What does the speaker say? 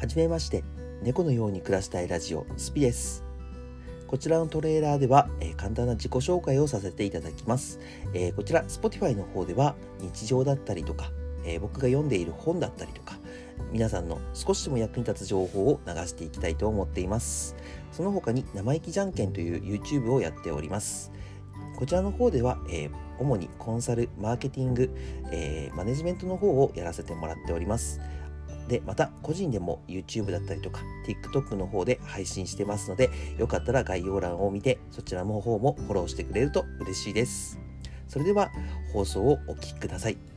はじめまして、猫のように暮らしたいラジオスピです。こちらのトレーラーでは、簡単な自己紹介をさせていただきます。こちら Spotify の方では日常だったりとか、僕が読んでいる本だったりとか、皆さんの少しでも役に立つ情報を流していきたいと思っています。その他に生意気じゃんけんという YouTube をやっております。こちらの方では、主にコンサル、マーケティング、マネジメントの方をやらせてもらっております。で、また個人でも YouTube だったりとか TikTok の方で配信してますので、よかったら概要欄を見てそちらの方もフォローしてくれると嬉しいです。それでは放送をお聞きください。